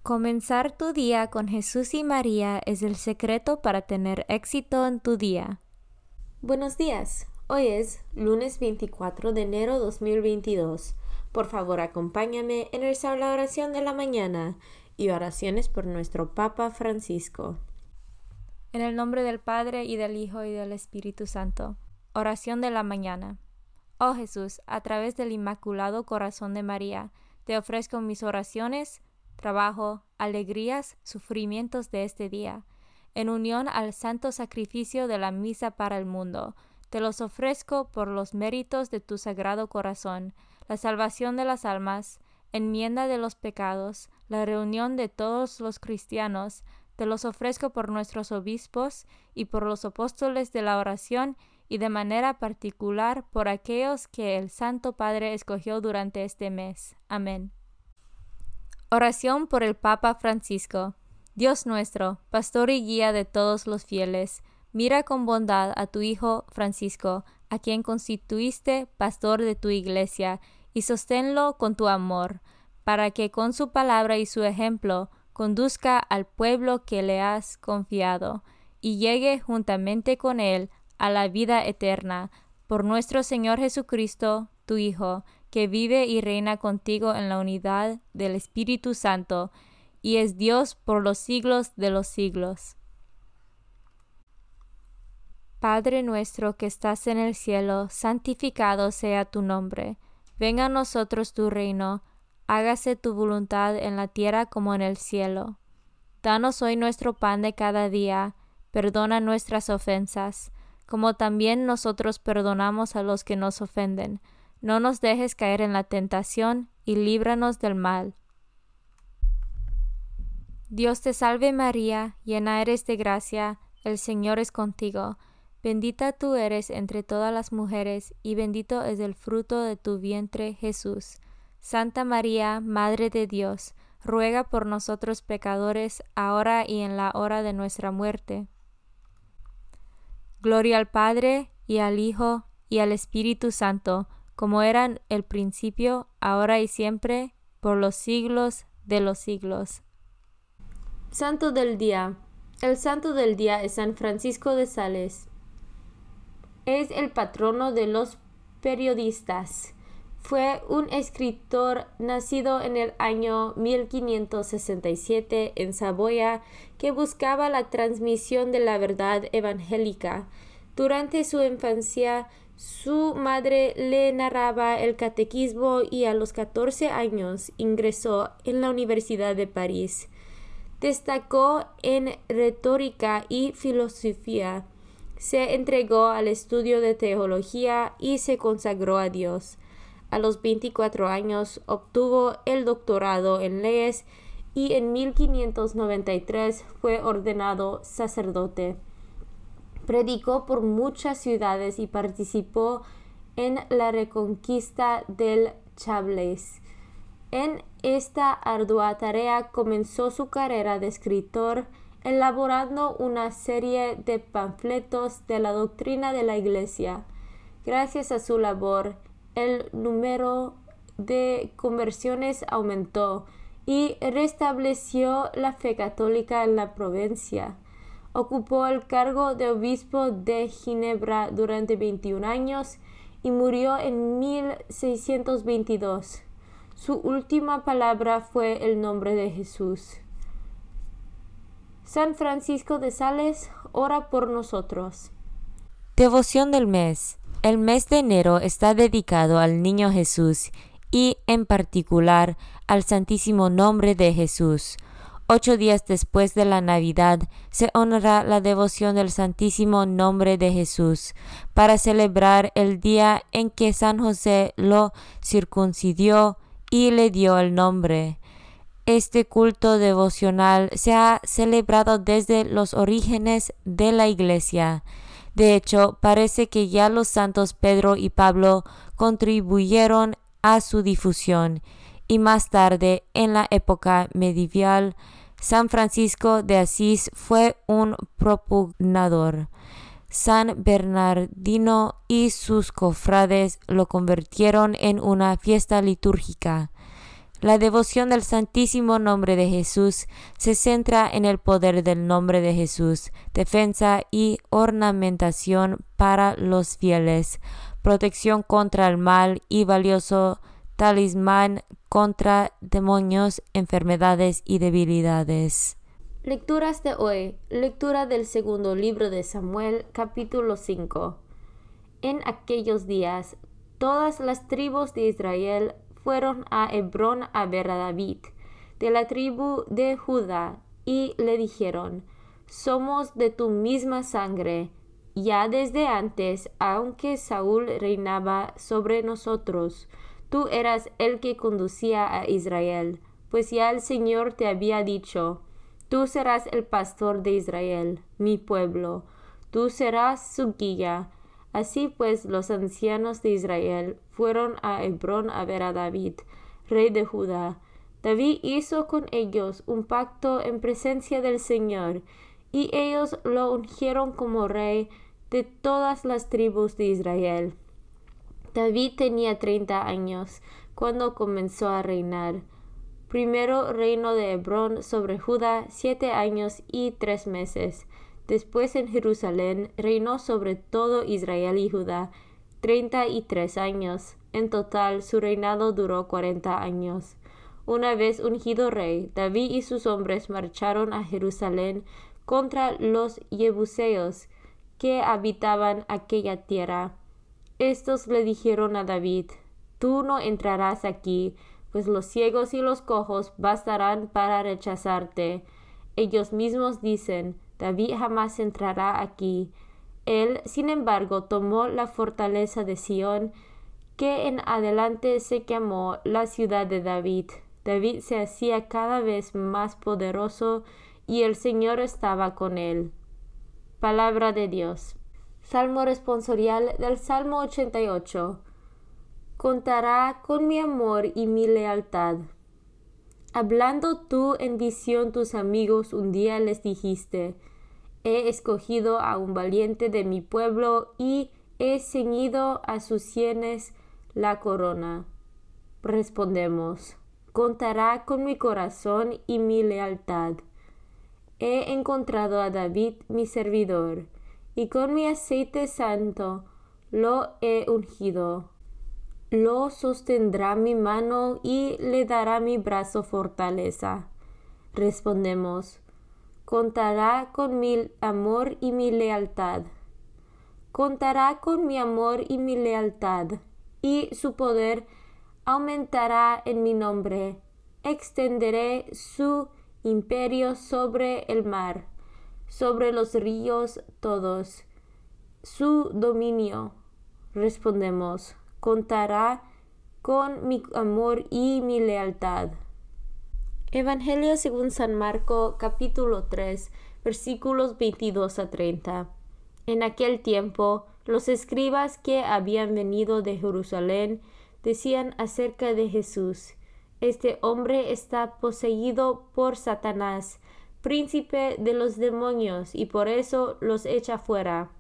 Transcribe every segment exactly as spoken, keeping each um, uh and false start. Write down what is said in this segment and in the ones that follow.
Comenzar tu día con Jesús y María es el secreto para tener éxito en tu día. Buenos días. Hoy es lunes veinticuatro de enero dos mil veintidós. Por favor, acompáñame en rezar la oración de la mañana y oraciones por nuestro Papa Francisco. En el nombre del Padre, y del Hijo, y del Espíritu Santo. Oración de la mañana. Oh Jesús, a través del Inmaculado Corazón de María, te ofrezco mis oraciones, trabajo, alegrías, sufrimientos de este día. En unión al santo sacrificio de la misa para el mundo, te los ofrezco por los méritos de tu Sagrado Corazón, la salvación de las almas, enmienda de los pecados, la reunión de todos los cristianos. Te los ofrezco por nuestros obispos y por los apóstoles de la oración, y de manera particular por aquellos que el Santo Padre escogió durante este mes. Amén. Oración por el Papa Francisco. Dios nuestro, pastor y guía de todos los fieles, mira con bondad a tu Hijo Francisco, a quien constituiste pastor de tu Iglesia, y sosténlo con tu amor, para que con su palabra y su ejemplo conduzca al pueblo que le has confiado, y llegue juntamente con él a la vida eterna, por nuestro Señor Jesucristo, tu Hijo, que vive y reina contigo en la unidad del Espíritu Santo, y es Dios por los siglos de los siglos. Padre nuestro que estás en el cielo, santificado sea tu nombre. Venga a nosotros tu reino, hágase tu voluntad en la tierra como en el cielo. Danos hoy nuestro pan de cada día, perdona nuestras ofensas, como también nosotros perdonamos a los que nos ofenden. No nos dejes caer en la tentación, y líbranos del mal. Dios te salve María, llena eres de gracia, el Señor es contigo. Bendita tú eres entre todas las mujeres, y bendito es el fruto de tu vientre, Jesús. Santa María, Madre de Dios, ruega por nosotros pecadores, ahora y en la hora de nuestra muerte. Gloria al Padre, y al Hijo, y al Espíritu Santo, como era en el principio, ahora y siempre, por los siglos de los siglos. Santo del Día. El Santo del Día es San Francisco de Sales. Es el patrono de los periodistas. Fue un escritor nacido en el año mil quinientos sesenta y siete en Saboya, que buscaba la transmisión de la verdad evangélica. Durante su infancia, su madre le narraba el catecismo y a los catorce años ingresó en la Universidad de París. Destacó en retórica y filosofía. Se entregó al estudio de teología y se consagró a Dios. A los veinticuatro años obtuvo el doctorado en leyes y en mil quinientos noventa y tres fue ordenado sacerdote. Predicó por muchas ciudades y participó en la reconquista del Chablais. En esta ardua tarea comenzó su carrera de escritor, elaborando una serie de panfletos de la doctrina de la Iglesia. Gracias a su labor, el número de conversiones aumentó y restableció la fe católica en la provincia. Ocupó el cargo de obispo de Ginebra durante veintiún años y murió en mil seiscientos veintidós. Su última palabra fue el nombre de Jesús. San Francisco de Sales, ora por nosotros. Devoción del mes. El mes de enero está dedicado al Niño Jesús y, en particular, al Santísimo Nombre de Jesús. Ocho días después de la Navidad se honra la devoción del Santísimo Nombre de Jesús para celebrar el día en que San José lo circuncidió y le dio el nombre. Este culto devocional se ha celebrado desde los orígenes de la Iglesia. De hecho, parece que ya los santos Pedro y Pablo contribuyeron a su difusión, y más tarde, en la época medieval, San Francisco de Asís fue un propugnador. San Bernardino y sus cofrades lo convirtieron en una fiesta litúrgica. La devoción del santísimo nombre de Jesús se centra en el poder del nombre de Jesús, defensa y ornamentación para los fieles, protección contra el mal y valioso talismán contra demonios, enfermedades y debilidades. Lecturas de hoy. Lectura del segundo libro de Samuel, capítulo cinco. En aquellos días, todas las tribus de Israel fueron a Hebrón a ver a David, de la tribu de Judá, y le dijeron: Somos de tu misma sangre. Ya desde antes, aunque Saúl reinaba sobre nosotros, tú eras el que conducía a Israel, pues ya el Señor te había dicho: Tú serás el pastor de Israel, mi pueblo, tú serás su guía. Así pues, los ancianos de Israel fueron a Hebrón a ver a David, rey de Judá. David hizo con ellos un pacto en presencia del Señor, y ellos lo ungieron como rey de todas las tribus de Israel. David tenía treinta años cuando comenzó a reinar. Primero reinó de Hebrón sobre Judá siete años y tres meses. Después en Jerusalén reinó sobre todo Israel y Judá treinta y tres años. En total su reinado duró cuarenta años. Una vez ungido rey, David y sus hombres marcharon a Jerusalén contra los Jebuseos que habitaban aquella tierra. Estos le dijeron a David: Tú no entrarás aquí, pues los ciegos y los cojos bastarán para rechazarte. Ellos mismos dicen: David jamás entrará aquí. Él, sin embargo, tomó la fortaleza de Sión, que en adelante se llamó la ciudad de David. David se hacía cada vez más poderoso y el Señor estaba con él. Palabra de Dios. Salmo responsorial del Salmo ochenta y ocho. Contará con mi amor y mi lealtad. Hablando tú en visión tus amigos, un día les dijiste: He escogido a un valiente de mi pueblo y he ceñido a sus sienes la corona. Respondemos: Contará con mi corazón y mi lealtad. He encontrado a David mi servidor, y con mi aceite santo lo he ungido. Lo sostendrá mi mano y le dará mi brazo fortaleza. Respondemos: Contará con mi amor y mi lealtad. Contará con mi amor y mi lealtad, y su poder aumentará en mi nombre. Extenderé su imperio sobre el mar, sobre los ríos todos. Su dominio. Respondemos: Contará con mi amor y mi lealtad. Evangelio según San Marco, capítulo tres, versículos veintidós a treinta. En aquel tiempo, los escribas que habían venido de Jerusalén decían acerca de Jesús: Este hombre está poseído por Satanás, príncipe de los demonios, y por eso los echa fuera.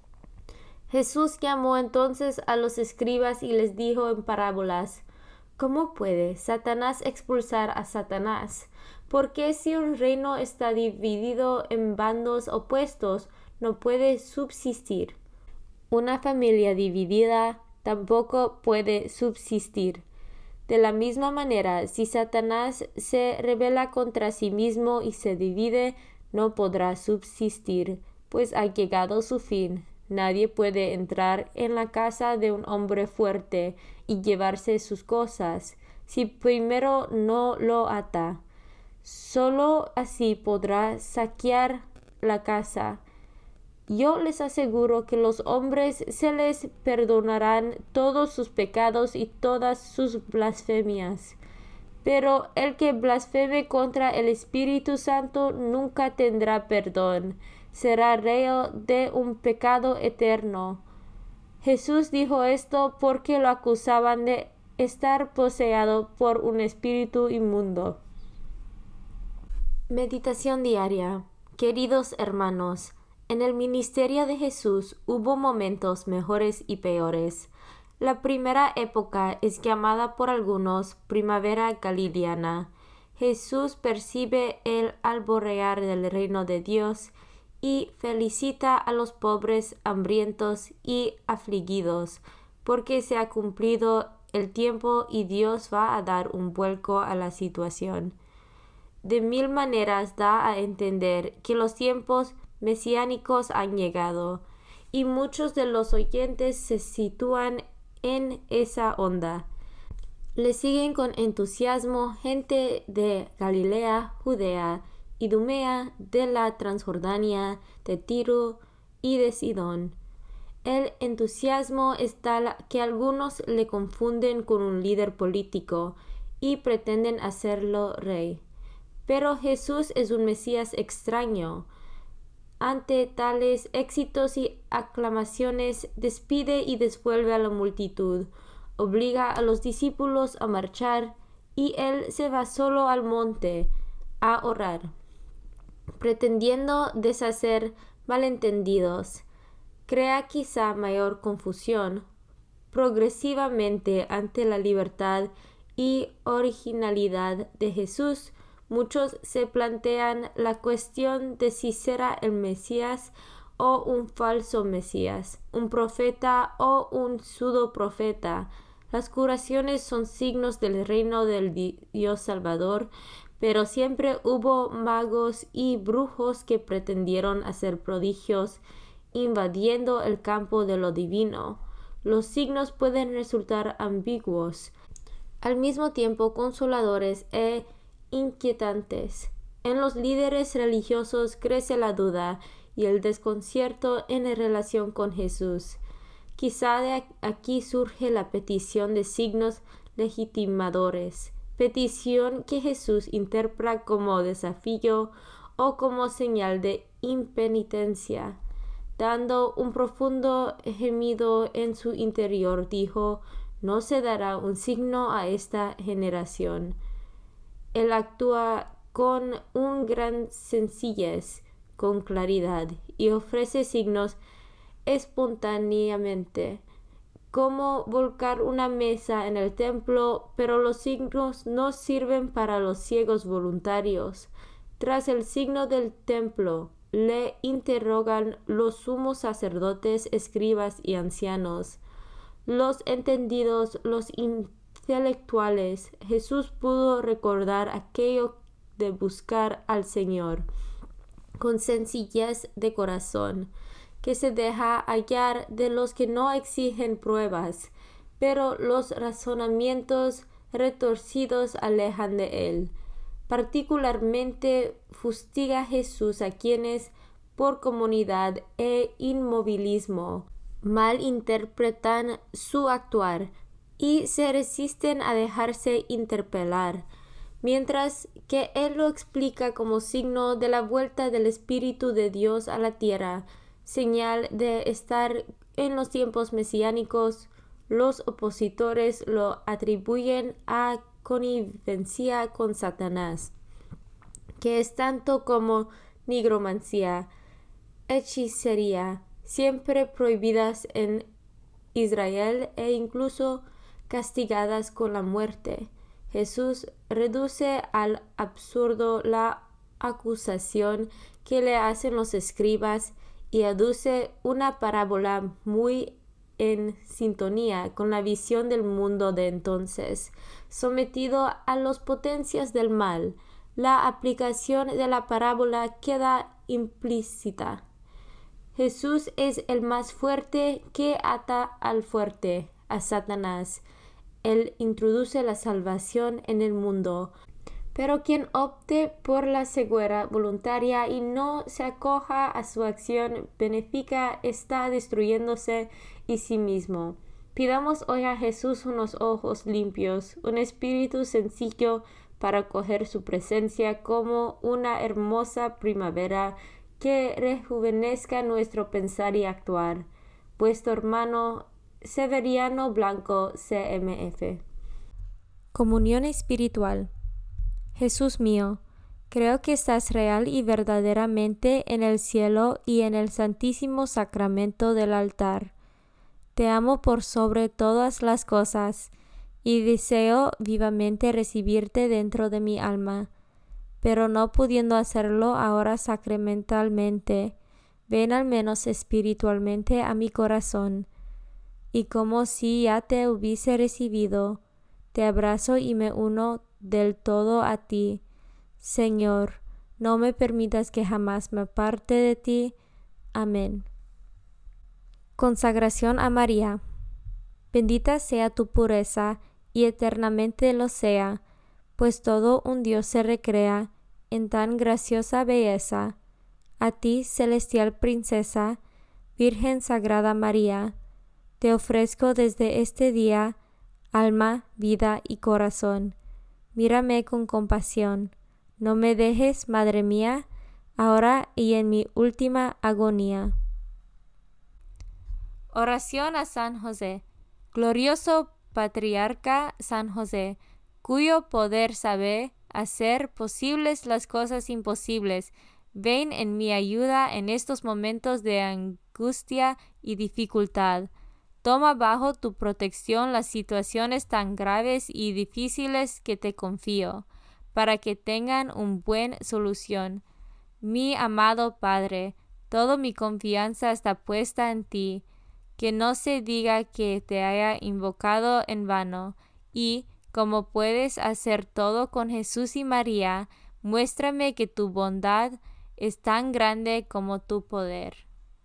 Jesús llamó entonces a los escribas y les dijo en parábolas: ¿Cómo puede Satanás expulsar a Satanás? Porque si un reino está dividido en bandos opuestos, no puede subsistir. Una familia dividida tampoco puede subsistir. De la misma manera, si Satanás se rebela contra sí mismo y se divide, no podrá subsistir, pues ha llegado su fin. Nadie puede entrar en la casa de un hombre fuerte y llevarse sus cosas, si primero no lo ata. Solo así podrá saquear la casa. Yo les aseguro que los hombres se les perdonarán todos sus pecados y todas sus blasfemias. Pero el que blasfeme contra el Espíritu Santo nunca tendrá perdón. Será reo de un pecado eterno. Jesús dijo esto porque lo acusaban de estar poseído por un espíritu inmundo. Meditación diaria. Queridos hermanos, en el ministerio de Jesús hubo momentos mejores y peores. La primera época es llamada por algunos primavera galileana. Jesús percibe el alborear del reino de Dios y felicita a los pobres, hambrientos y afligidos, porque se ha cumplido el tiempo y Dios va a dar un vuelco a la situación. De mil maneras da a entender que los tiempos mesiánicos han llegado, y muchos de los oyentes se sitúan en esa onda. Le siguen con entusiasmo gente de Galilea, Judea, Idumea, de la Transjordania, de Tiro y de Sidón. El entusiasmo es tal que algunos le confunden con un líder político y pretenden hacerlo rey. Pero Jesús es un Mesías extraño. Ante tales éxitos y aclamaciones, despide y desvuelve a la multitud, obliga a los discípulos a marchar, y él se va solo al monte a orar, pretendiendo deshacer malentendidos. Crea quizá mayor confusión. Progresivamente, ante la libertad y originalidad de Jesús, muchos se plantean la cuestión de si será el Mesías o un falso Mesías, un profeta o un pseudo-profeta. Las curaciones son signos del reino del Dios Salvador, pero siempre hubo magos y brujos que pretendieron hacer prodigios, invadiendo el campo de lo divino. Los signos pueden resultar ambiguos, al mismo tiempo consoladores e inquietantes. En los líderes religiosos crece la duda y el desconcierto en relación con Jesús. Quizá de aquí surge la petición de signos legitimadores, petición que Jesús interpreta como desafío o como señal de impenitencia. Dando un profundo gemido en su interior, dijo: «No se dará un signo a esta generación». Él actúa con un gran sencillez, con claridad, y ofrece signos espontáneamente, como volcar una mesa en el templo, pero los signos no sirven para los ciegos voluntarios. Tras el signo del templo, le interrogan los sumos sacerdotes, escribas y ancianos. Los entendidos, los intelectuales. Jesús pudo recordar aquello de buscar al Señor con sencillez de corazón, que se deja hallar de los que no exigen pruebas, pero los razonamientos retorcidos alejan de él. Particularmente fustiga Jesús a quienes, por comodidad e inmovilismo, malinterpretan su actuar y se resisten a dejarse interpelar, mientras que él lo explica como signo de la vuelta del Espíritu de Dios a la tierra, señal de estar en los tiempos mesiánicos. Los opositores lo atribuyen a connivencia con Satanás, que es tanto como nigromancia, hechicería, siempre prohibidas en Israel e incluso castigadas con la muerte. Jesús reduce al absurdo la acusación que le hacen los escribas y aduce una parábola muy en sintonía con la visión del mundo de entonces, sometido a las potencias del mal. La aplicación de la parábola queda implícita. Jesús es el más fuerte que ata al fuerte, a Satanás. Él introduce la salvación en el mundo, pero quien opte por la ceguera voluntaria y no se acoja a su acción benéfica está destruyéndose y sí mismo. Pidamos hoy a Jesús unos ojos limpios, un espíritu sencillo para acoger su presencia como una hermosa primavera que rejuvenezca nuestro pensar y actuar. Vuestro hermano Severiano Blanco, C M F. Comunión espiritual. Jesús mío, creo que estás real y verdaderamente en el cielo y en el santísimo sacramento del altar. Te amo por sobre todas las cosas, y deseo vivamente recibirte dentro de mi alma, pero no pudiendo hacerlo ahora sacramentalmente, ven al menos espiritualmente a mi corazón, y como si ya te hubiese recibido, te abrazo y me uno del todo a ti. Señor, no me permitas que jamás me aparte de ti. Amén. Consagración a María. Bendita sea tu pureza, y eternamente lo sea, pues todo un Dios se recrea en tan graciosa belleza. A ti, celestial princesa, Virgen Sagrada María, te ofrezco desde este día alma, vida y corazón. Mírame con compasión. No me dejes, Madre mía, ahora y en mi última agonía. Oración a San José. Glorioso patriarca San José, cuyo poder sabe hacer posibles las cosas imposibles, ven en mi ayuda en estos momentos de angustia y dificultad. Toma bajo tu protección las situaciones tan graves y difíciles que te confío, para que tengan una buena solución. Mi amado Padre, toda mi confianza está puesta en ti. Que no se diga que te haya invocado en vano, y, como puedes hacer todo con Jesús y María, muéstrame que tu bondad es tan grande como tu poder.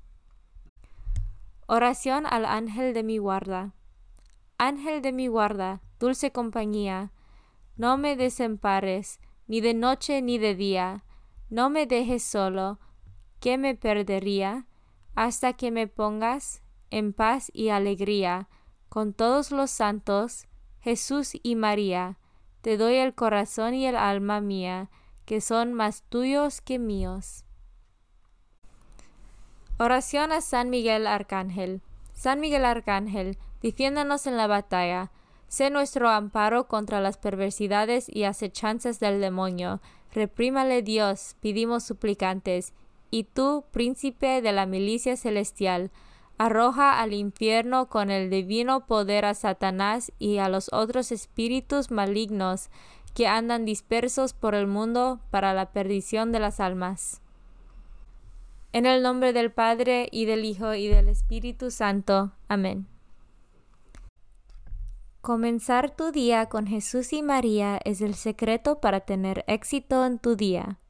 Oración al ángel de mi guarda. Ángel de mi guarda, dulce compañía, no me desampares, ni de noche ni de día, no me dejes solo, que me perdería, hasta que me pongas en paz y alegría, con todos los santos, Jesús y María, te doy el corazón y el alma mía, que son más tuyos que míos. Oración a San Miguel Arcángel. San Miguel Arcángel, defiéndanos en la batalla, sé nuestro amparo contra las perversidades y acechanzas del demonio, reprímale Dios, pedimos suplicantes, y tú, príncipe de la milicia celestial, arroja al infierno con el divino poder a Satanás y a los otros espíritus malignos que andan dispersos por el mundo para la perdición de las almas. En el nombre del Padre, y del Hijo, y del Espíritu Santo. Amén. Comenzar tu día con Jesús y María es el secreto para tener éxito en tu día.